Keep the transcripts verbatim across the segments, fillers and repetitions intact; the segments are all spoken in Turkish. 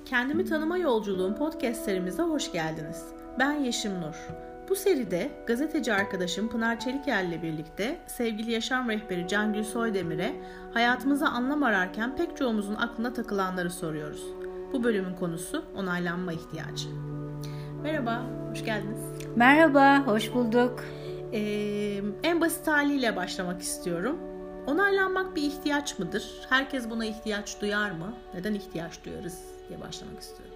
Kendimi Tanıma Yolculuğum podcast serimize hoş geldiniz. Ben Yeşim Nur. Bu seride gazeteci arkadaşım Pınar Çeliker ile birlikte sevgili yaşam rehberi Cangül Soydemir'e hayatımıza anlam ararken pek çoğumuzun aklına takılanları soruyoruz. Bu bölümün konusu onaylanma ihtiyacı. Merhaba, hoş geldiniz. Merhaba, hoş bulduk. Ee, en basit haliyle başlamak istiyorum. Onaylanmak bir ihtiyaç mıdır? Herkes buna ihtiyaç duyar mı? Neden ihtiyaç duyarız diye başlamak istiyorum.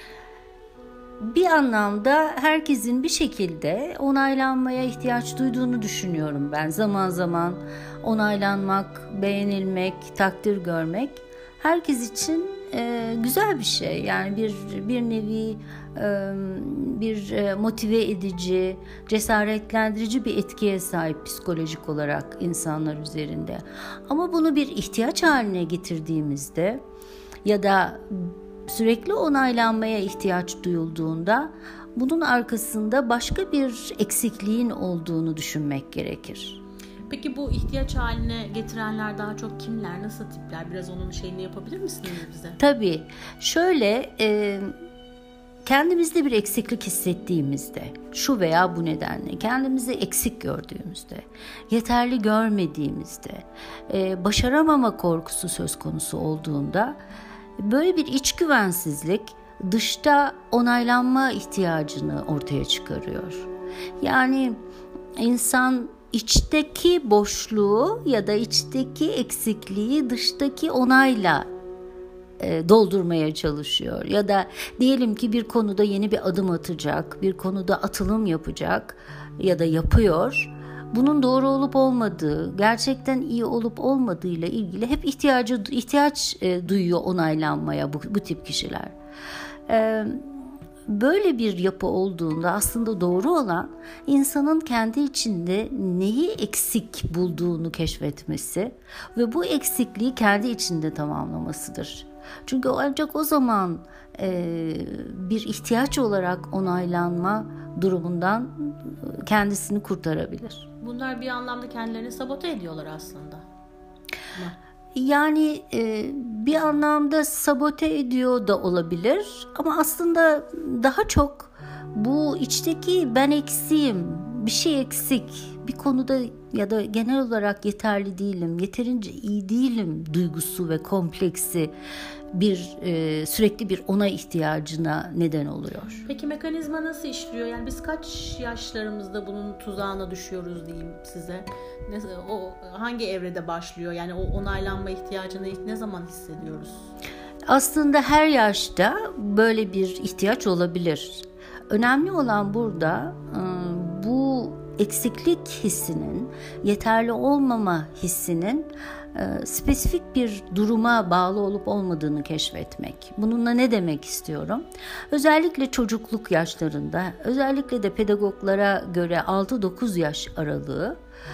Bir anlamda herkesin bir şekilde onaylanmaya ihtiyaç duyduğunu düşünüyorum ben. Zaman zaman onaylanmak, beğenilmek, takdir görmek herkes için e, güzel bir şey. Yani bir bir nevi e, bir e, motive edici, cesaretlendirici bir etkiye sahip psikolojik olarak insanlar üzerinde. Ama bunu bir ihtiyaç haline getirdiğimizde ya da sürekli onaylanmaya ihtiyaç duyulduğunda bunun arkasında başka bir eksikliğin olduğunu düşünmek gerekir. Peki bu ihtiyaç haline getirenler daha çok kimler, nasıl tipler? Biraz onun şeyini yapabilir misiniz bize? Tabii. Şöyle, e, kendimizde bir eksiklik hissettiğimizde, şu veya bu nedenle, kendimizi eksik gördüğümüzde, yeterli görmediğimizde, e, başaramama korkusu söz konusu olduğunda, böyle bir iç güvensizlik dışta onaylanma ihtiyacını ortaya çıkarıyor. Yani insan içteki boşluğu ya da içteki eksikliği dıştaki onayla e, doldurmaya çalışıyor. Ya da diyelim ki bir konuda yeni bir adım atacak, bir konuda atılım yapacak ya da yapıyor. Bunun doğru olup olmadığı, gerçekten iyi olup olmadığıyla ilgili hep ihtiyacı ihtiyaç e, duyuyor onaylanmaya bu, bu tip kişiler. E, böyle bir yapı olduğunda aslında doğru olan insanın kendi içinde neyi eksik bulduğunu keşfetmesi ve bu eksikliği kendi içinde tamamlamasıdır. Çünkü ancak o zaman e, bir ihtiyaç olarak onaylanma durumundan kendisini kurtarabilir. Bunlar bir anlamda kendilerini sabote ediyorlar aslında. Yani e, bir anlamda sabote ediyor da olabilir ama aslında daha çok bu içteki ben eksiğim, bir şey eksik, bir konuda ya da genel olarak yeterli değilim, yeterince iyi değilim duygusu ve kompleksi bir e, sürekli bir ona ihtiyacına neden oluyor. Peki mekanizma nasıl işliyor? Yani biz kaç yaşlarımızda bunun tuzağına düşüyoruz diyeyim size? Ne, o hangi evrede başlıyor? Yani o onaylanma ihtiyacını ne zaman hissediyoruz? Aslında her yaşta böyle bir ihtiyaç olabilir. Önemli olan burada bu eksiklik hissinin, yeterli olmama hissinin spesifik bir duruma bağlı olup olmadığını keşfetmek. Bununla ne demek istiyorum? Özellikle çocukluk yaşlarında, özellikle de pedagoglara göre altı dokuz yaş aralığı,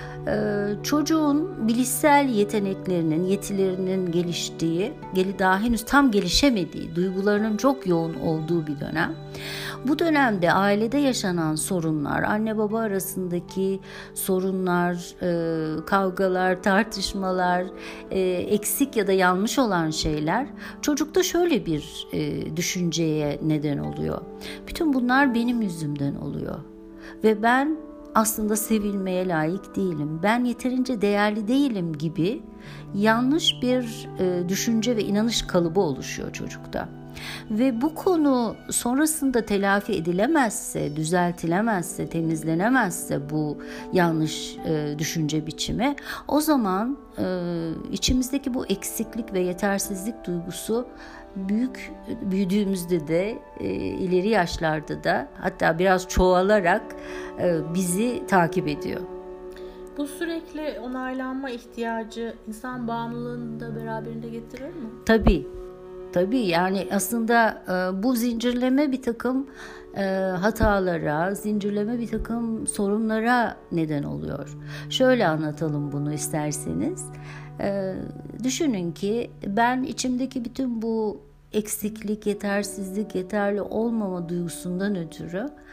çocuğun bilişsel yeteneklerinin, yetilerinin geliştiği, daha henüz tam gelişemediği, duygularının çok yoğun olduğu bir dönem. Bu dönemde ailede yaşanan sorunlar, anne baba arasındaki sorunlar, kavgalar, tartışmalar, eksik ya da yanlış olan şeyler çocukta şöyle bir düşünceye neden oluyor. Bütün bunlar benim yüzümden oluyor ve ben aslında sevilmeye layık değilim, ben yeterince değerli değilim gibi yanlış bir e, düşünce ve inanış kalıbı oluşuyor çocukta. Ve bu konu sonrasında telafi edilemezse, düzeltilemezse, temizlenemezse bu yanlış e, düşünce biçimi, o zaman e, içimizdeki bu eksiklik ve yetersizlik duygusu büyük büyüdüğümüzde de e, ileri yaşlarda da hatta biraz çoğalarak e, bizi takip ediyor. Bu sürekli onaylanma ihtiyacı insan bağımlılığını da beraberinde getirir mi? Tabii. Tabii yani aslında e, bu zincirleme bir takım e, hatalara, zincirleme bir takım sorunlara neden oluyor. Şöyle anlatalım bunu isterseniz. E, düşünün ki ben içimdeki bütün bu eksiklik, yetersizlik, yeterli olmama duygusundan ötürü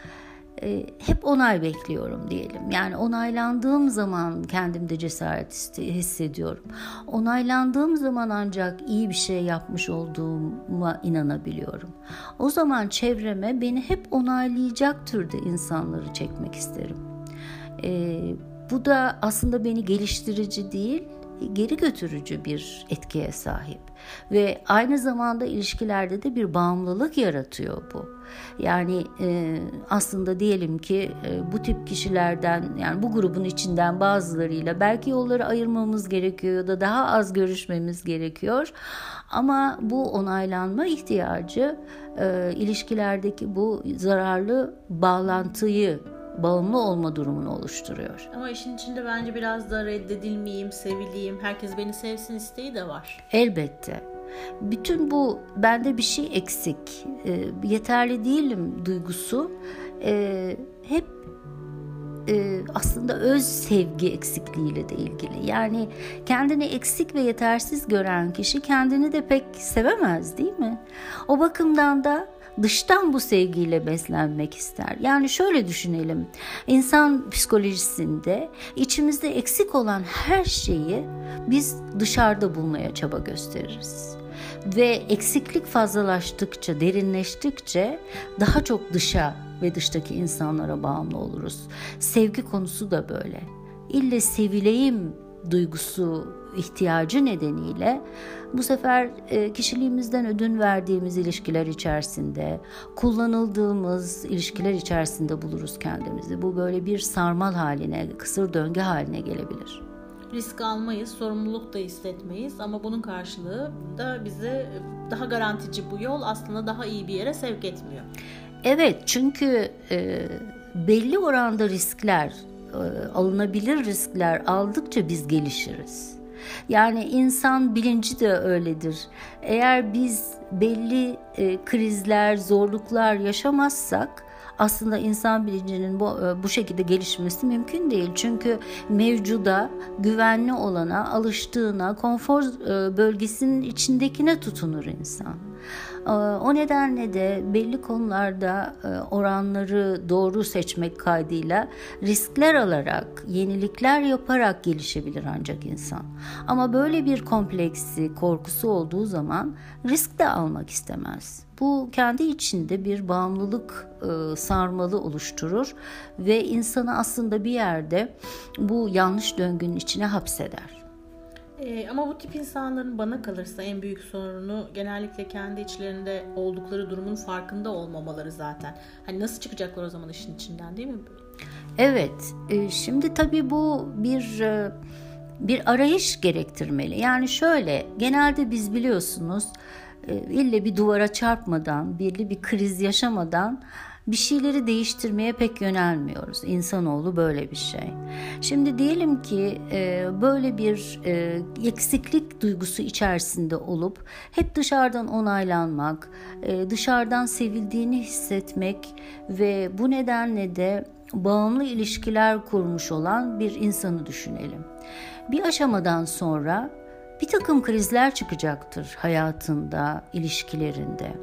e, hep onay bekliyorum diyelim. Yani onaylandığım zaman kendimde cesaret hissediyorum. Onaylandığım zaman ancak iyi bir şey yapmış olduğuma inanabiliyorum. O zaman çevreme beni hep onaylayacak türde insanları çekmek isterim. E, bu da aslında beni geliştirici değil, geri götürücü bir etkiye sahip ve aynı zamanda ilişkilerde de bir bağımlılık yaratıyor bu. Yani e, aslında diyelim ki e, bu tip kişilerden, yani bu grubun içinden bazılarıyla belki yolları ayırmamız gerekiyor ya da daha az görüşmemiz gerekiyor. Ama bu onaylanma ihtiyacı e, ilişkilerdeki bu zararlı bağlantıyı, bağımlı olma durumunu oluşturuyor. Ama işin içinde bence biraz da reddedilmeyeyim, sevileyim, herkes beni sevsin isteği de var. Elbette. Bütün bu bende bir şey eksik, e, yeterli değilim duygusu e, hep e, aslında öz sevgi eksikliğiyle de ilgili. Yani kendini eksik ve yetersiz gören kişi kendini de pek sevemez, değil mi? O bakımdan da dıştan bu sevgiyle beslenmek ister. Yani şöyle düşünelim. İnsan psikolojisinde içimizde eksik olan her şeyi biz dışarıda bulmaya çaba gösteririz. Ve eksiklik fazlalaştıkça, derinleştikçe daha çok dışa ve dıştaki insanlara bağımlı oluruz. Sevgi konusu da böyle. İlle sevileyim duygusu, ihtiyacı nedeniyle bu sefer kişiliğimizden ödün verdiğimiz ilişkiler içerisinde, kullanıldığımız ilişkiler içerisinde buluruz kendimizi. Bu böyle bir sarmal haline, kısır döngü haline gelebilir. Risk almayız, sorumluluk da hissetmeyiz ama bunun karşılığı da bizi daha garantici bu yol aslında daha iyi bir yere sevk etmiyor. Evet, çünkü e, belli oranda riskler, alınabilir riskler aldıkça biz gelişiriz. Yani insan bilinci de öyledir. Eğer biz belli e, krizler, zorluklar yaşamazsak aslında insan bilincinin bu, bu şekilde gelişmesi mümkün değil. Çünkü mevcuda, güvenli olana, alıştığına, konfor bölgesinin içindekine tutunur insan. O nedenle de belli konularda oranları doğru seçmek kaydıyla riskler alarak, yenilikler yaparak gelişebilir ancak insan. Ama böyle bir kompleksi, korkusu olduğu zaman risk de almak istemez. Bu kendi içinde bir bağımlılık e, sarmalı oluşturur ve insanı aslında bir yerde bu yanlış döngünün içine hapseder. Ee, ama bu tip insanların bana kalırsa en büyük sorunu genellikle kendi içlerinde oldukları durumun farkında olmamaları zaten. Hani nasıl çıkacaklar o zaman işin içinden, değil mi? Evet. E, şimdi tabii bu bir e, bir arayış gerektirmeli. Yani şöyle, genelde biz biliyorsunuz ille bir duvara çarpmadan, belli bir kriz yaşamadan bir şeyleri değiştirmeye pek yönelmiyoruz. İnsanoğlu böyle bir şey. Şimdi diyelim ki böyle bir eksiklik duygusu içerisinde olup hep dışarıdan onaylanmak, dışarıdan sevildiğini hissetmek ve bu nedenle de bağımlı ilişkiler kurmuş olan bir insanı düşünelim. Bir aşamadan sonra bir takım krizler çıkacaktır hayatında, ilişkilerinde.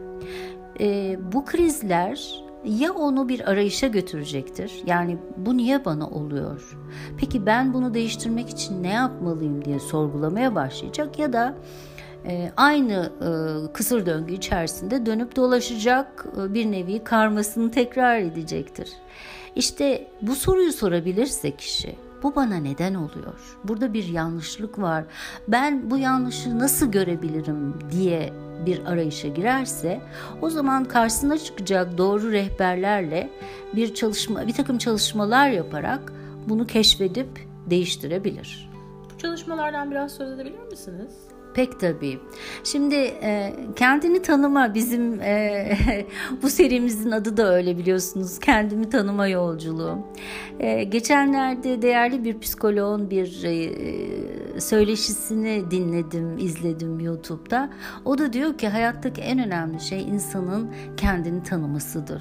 E, bu krizler ya onu bir arayışa götürecektir. Yani bu niye bana oluyor? Peki ben bunu değiştirmek için ne yapmalıyım diye sorgulamaya başlayacak ya da e, aynı e, kısır döngü içerisinde dönüp dolaşacak, e, bir nevi karmasını tekrar edecektir. İşte bu soruyu sorabilirse kişi, bu bana neden oluyor? Burada bir yanlışlık var. Ben bu yanlışı nasıl görebilirim diye bir arayışa girerse, o zaman karşısına çıkacak doğru rehberlerle bir çalışma, bir takım çalışmalar yaparak bunu keşfedip değiştirebilir. Bu çalışmalardan biraz söz edebilir misiniz? Pek tabii. Şimdi e, kendini tanıma, bizim e, bu serimizin adı da öyle biliyorsunuz. Kendimi tanıma yolculuğu. E, geçenlerde değerli bir psikoloğun bir e, söyleşisini dinledim, izledim YouTube'da. O da diyor ki hayattaki en önemli şey insanın kendini tanımasıdır.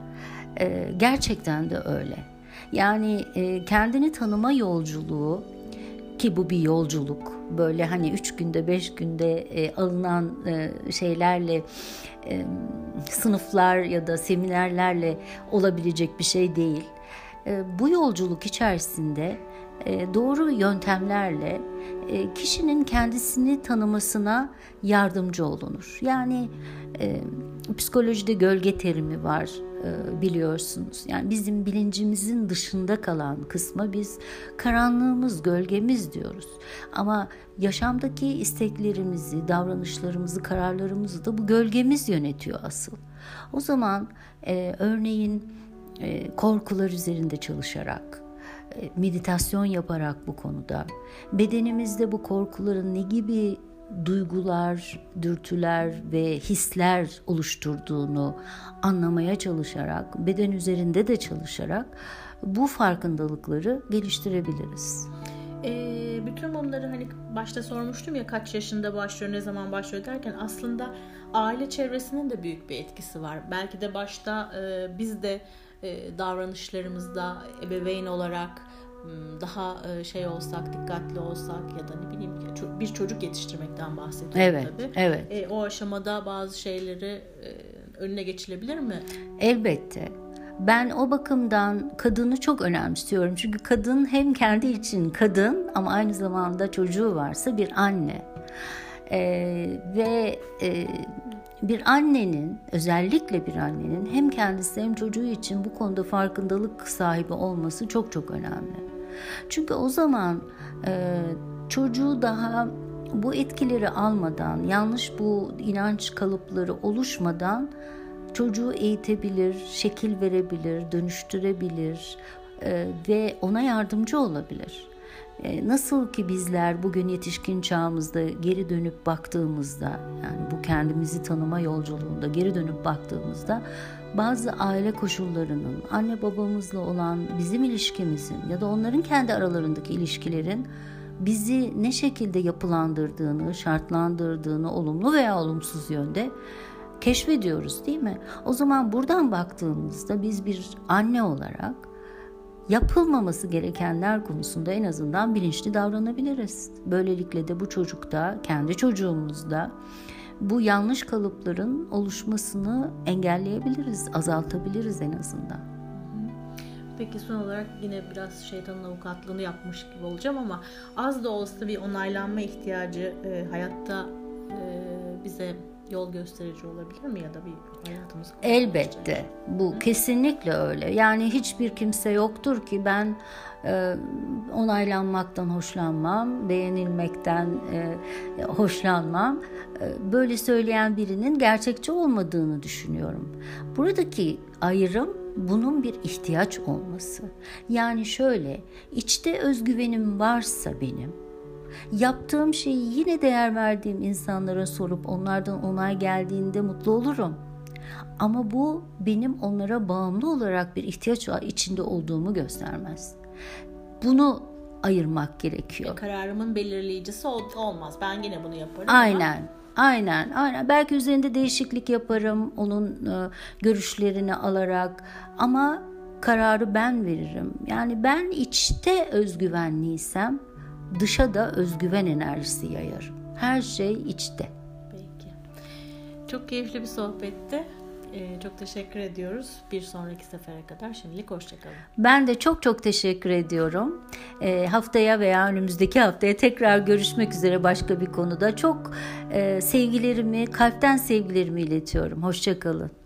E, gerçekten de öyle. Yani e, kendini tanıma yolculuğu ki bu bir yolculuk. Böyle hani üç günde beş günde e, alınan e, şeylerle e, sınıflar ya da seminerlerle olabilecek bir şey değil. E, bu yolculuk içerisinde e, doğru yöntemlerle e, kişinin kendisini tanımasına yardımcı olunur. Yani e, psikolojide gölge terimi var, e, biliyorsunuz. Yani bizim bilincimizin dışında kalan kısma biz karanlığımız, gölgemiz diyoruz. Ama yaşamdaki isteklerimizi, davranışlarımızı, kararlarımızı da bu gölgemiz yönetiyor asıl. O zaman e, örneğin e, korkular üzerinde çalışarak, meditasyon yaparak bu konuda, bedenimizde bu korkuların ne gibi duygular, dürtüler ve hisler oluşturduğunu anlamaya çalışarak, beden üzerinde de çalışarak bu farkındalıkları geliştirebiliriz. E, bütün bunları hani başta sormuştum ya, kaç yaşında başlıyor, ne zaman başlıyor derken aslında aile çevresinin de büyük bir etkisi var. Belki de başta e, biz de e, davranışlarımızda ebeveyn olarak daha şey olsak, dikkatli olsak ya da ne bileyim bir çocuk yetiştirmekten bahsediyorum evet, tabii. Evet. E, o aşamada bazı şeyleri e, önüne geçilebilir mi? Elbette. Ben o bakımdan kadını çok önemsiyorum. Çünkü kadın hem kendi için kadın ama aynı zamanda çocuğu varsa bir anne. Ee, ve e, bir annenin, özellikle bir annenin hem kendisi hem çocuğu için bu konuda farkındalık sahibi olması çok çok önemli. Çünkü o zaman e, çocuğu daha bu etkileri almadan, yanlış bu inanç kalıpları oluşmadan çocuğu eğitebilir, şekil verebilir, dönüştürebilir e, ve ona yardımcı olabilir. E, nasıl ki bizler bugün yetişkin çağımızda geri dönüp baktığımızda, yani bu kendimizi tanıma yolculuğunda geri dönüp baktığımızda bazı aile koşullarının, anne babamızla olan bizim ilişkimizin ya da onların kendi aralarındaki ilişkilerin bizi ne şekilde yapılandırdığını, şartlandırdığını olumlu veya olumsuz yönde keşfediyoruz, değil mi? O zaman buradan baktığımızda biz bir anne olarak yapılmaması gerekenler konusunda en azından bilinçli davranabiliriz. Böylelikle de bu çocukta, kendi çocuğumuzda bu yanlış kalıpların oluşmasını engelleyebiliriz, azaltabiliriz en azından. Peki son olarak yine biraz şeytanın avukatlığını yapmış gibi olacağım ama az da olsa bir onaylanma ihtiyacı e, hayatta e, bize yol gösterici olabilir mi ya da bir hayatımız? Elbette. Bu Hı? kesinlikle öyle. Yani hiçbir kimse yoktur ki ben e, onaylanmaktan hoşlanmam, beğenilmekten e, hoşlanmam. E, böyle söyleyen birinin gerçekçi olmadığını düşünüyorum. Buradaki ayrım bunun bir ihtiyaç olması. Yani şöyle, içte özgüvenim varsa benim, yaptığım şeyi yine değer verdiğim insanlara sorup onlardan onay geldiğinde mutlu olurum. Ama bu benim onlara bağımlı olarak bir ihtiyaç içinde olduğumu göstermez. Bunu ayırmak gerekiyor. E, kararımın belirleyicisi olmaz. Ben yine bunu yaparım. Aynen. Ama... Aynen, aynen. Belki üzerinde değişiklik yaparım, onun e, görüşlerini alarak, ama kararı ben veririm. Yani ben içte özgüvenliysem dışa da özgüven enerjisi yayarım. Her şey içte. Peki. Çok keyifli bir sohbetti. Ee, çok teşekkür ediyoruz. Bir sonraki sefere kadar şimdilik hoşçakalın. Ben de çok çok teşekkür ediyorum. E, haftaya veya önümüzdeki haftaya tekrar görüşmek üzere başka bir konuda. Çok e, sevgilerimi, kalpten sevgilerimi iletiyorum. Hoşçakalın.